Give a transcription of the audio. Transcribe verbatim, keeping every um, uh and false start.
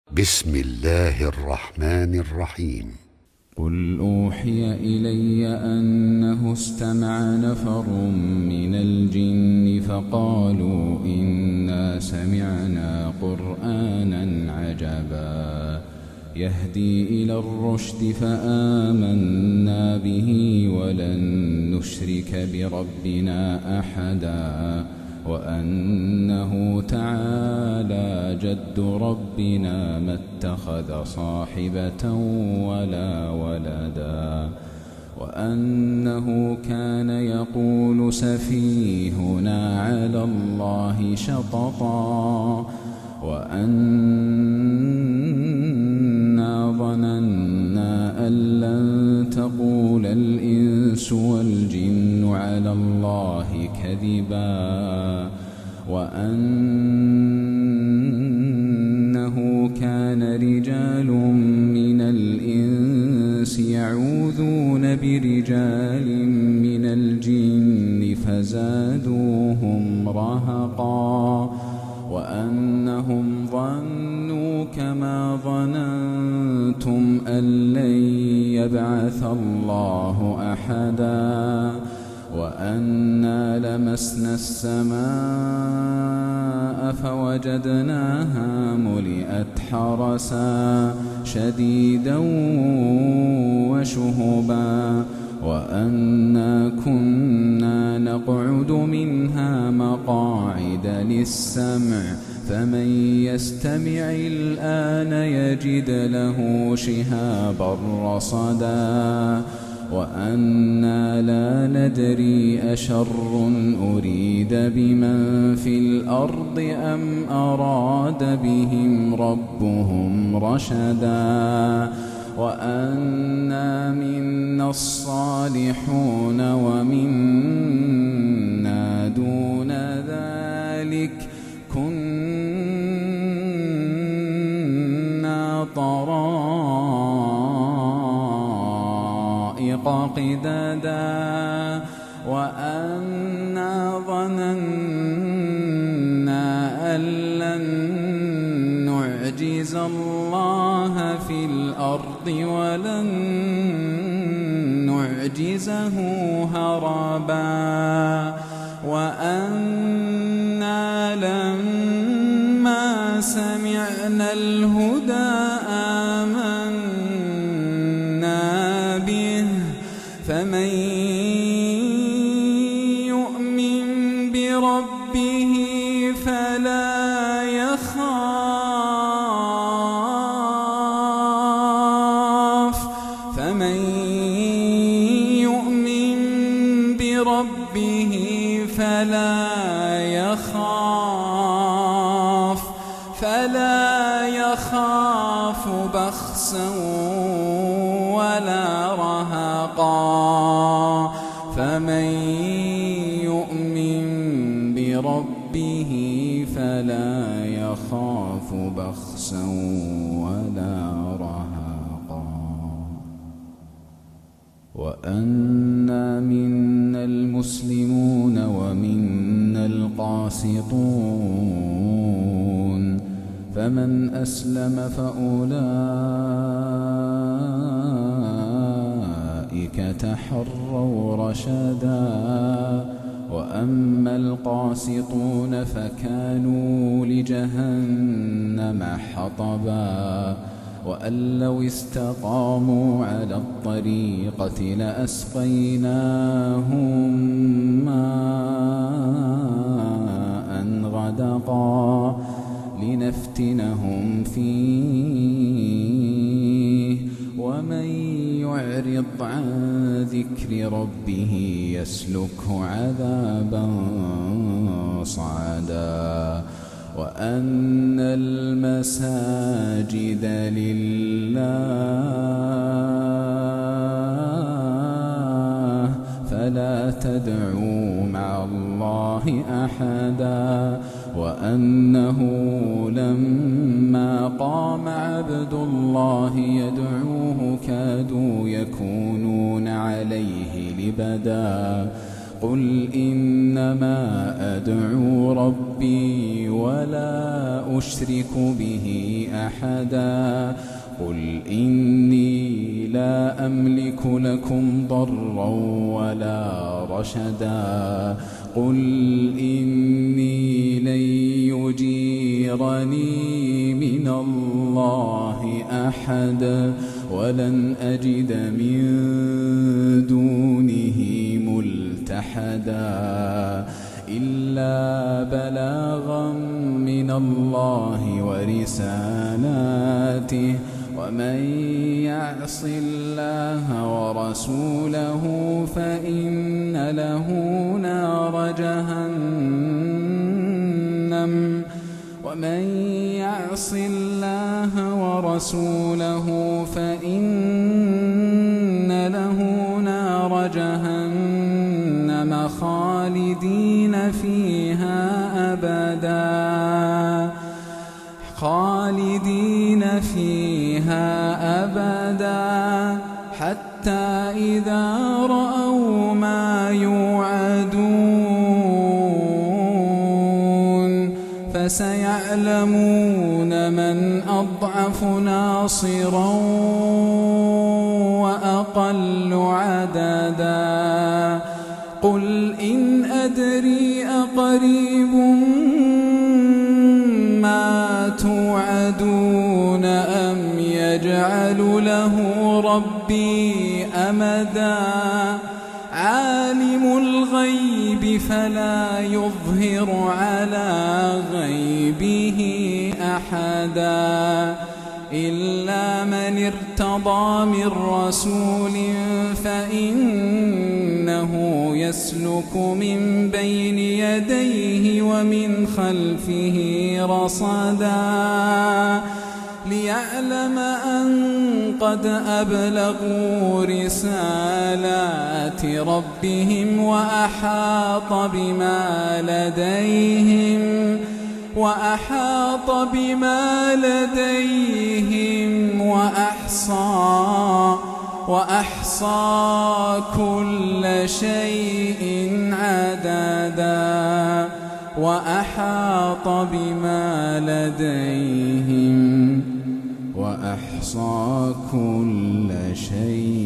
بسم الله الرحمن الرحيم. قل أوحي إلي أنه استمع نفر من الجن فقالوا إنا سمعنا قرآنا عجبا يهدي إلى الرشد فآمنا به ولن نشرك بربنا أحدا وأنه تعالى جد ربنا ما اتخذ صاحبة ولا ولدا وأنه كان يقول سفيهنا على الله شططا وأنا ظننا أن لن تقول الإنس والجن على الله كذبا وأنه كان رجال من الإنس يعوذون برجال من الجن فزادوهم رهقا وأنهم ظنوا كما ظننتم أن لن يبعث الله أحدا وأنا لمسنا السماء فوجدناها ملئت حرسا شديدا وشهبا وأنا كنا نقعد منها مقاعد للسمع فمن يستمع الآن يجد له شهابا رصدا وأنا لا ندري أشر أريد بمن في الأرض أم أراد بهم ربهم رشدا وأنا منا الصالحون ومنا دون ذلك كنا طرائق قددا وأنا ظننا أن لن نعجز الله في الأرض ولن نعجزه هربا وأنا لما سمعنا الهدى آمنا به فمن يؤمن بربه فلا يخاف فمن يؤمن بربه فلا يخاف فلا يخاف بخسا ولا رهقا فمن يؤمن بربه فلا يخاف بخسا ولا رهقا وأنا منا المسلمون ومنا القاسطون فمن أسلم فأولئك تحروا رشدا وأما القاسطون فكانوا لجهنم حطبا وأن لو استقاموا على الطريقة لأسقيناهم ماء غدقا لنفتنهم فيه ومن يعرض عن ذكر ربه يسلكه عذابا صعدا وأن المساجد لله فلا تدعوا مع الله أحدا وأنه لما قام عبد الله يدعوه كادوا يكونون عليه لبدا قل إنما أدعو ربي ولا أشرك به أحدا قل إني لا أملك لكم ضرا ولا رشدا قل إني لن يجيرني من الله أحد ولن أجد من دونه ملتحدا إلا بلاغا من الله ورسالاته ومن يعص الله ورسوله فإن له نار جهنم ومن يعص الله ورسوله فإن له نار جهنم خالدين فيها أبدا خالدين فيها أبدا حتى إذا رأوا ما يوعدون فسيعلمون من أضعف ناصرا وأقل عددا قل إن أدري أقريب ما توعدون أم يجعل له ربي أمدا عالم الغيب فلا يظهر على غيبه أحدا إلا من ارتضى من رسول فإنه يسلك من بين يديه ومن خلفه رصدا ليعلم أن قد أبلغوا رسالات ربهم وأحاط بما لديهم وأحاط بما لديهم وأحصى وأحصى كل شيء عددا وأحاط بما لديهم وأحصى كل شيء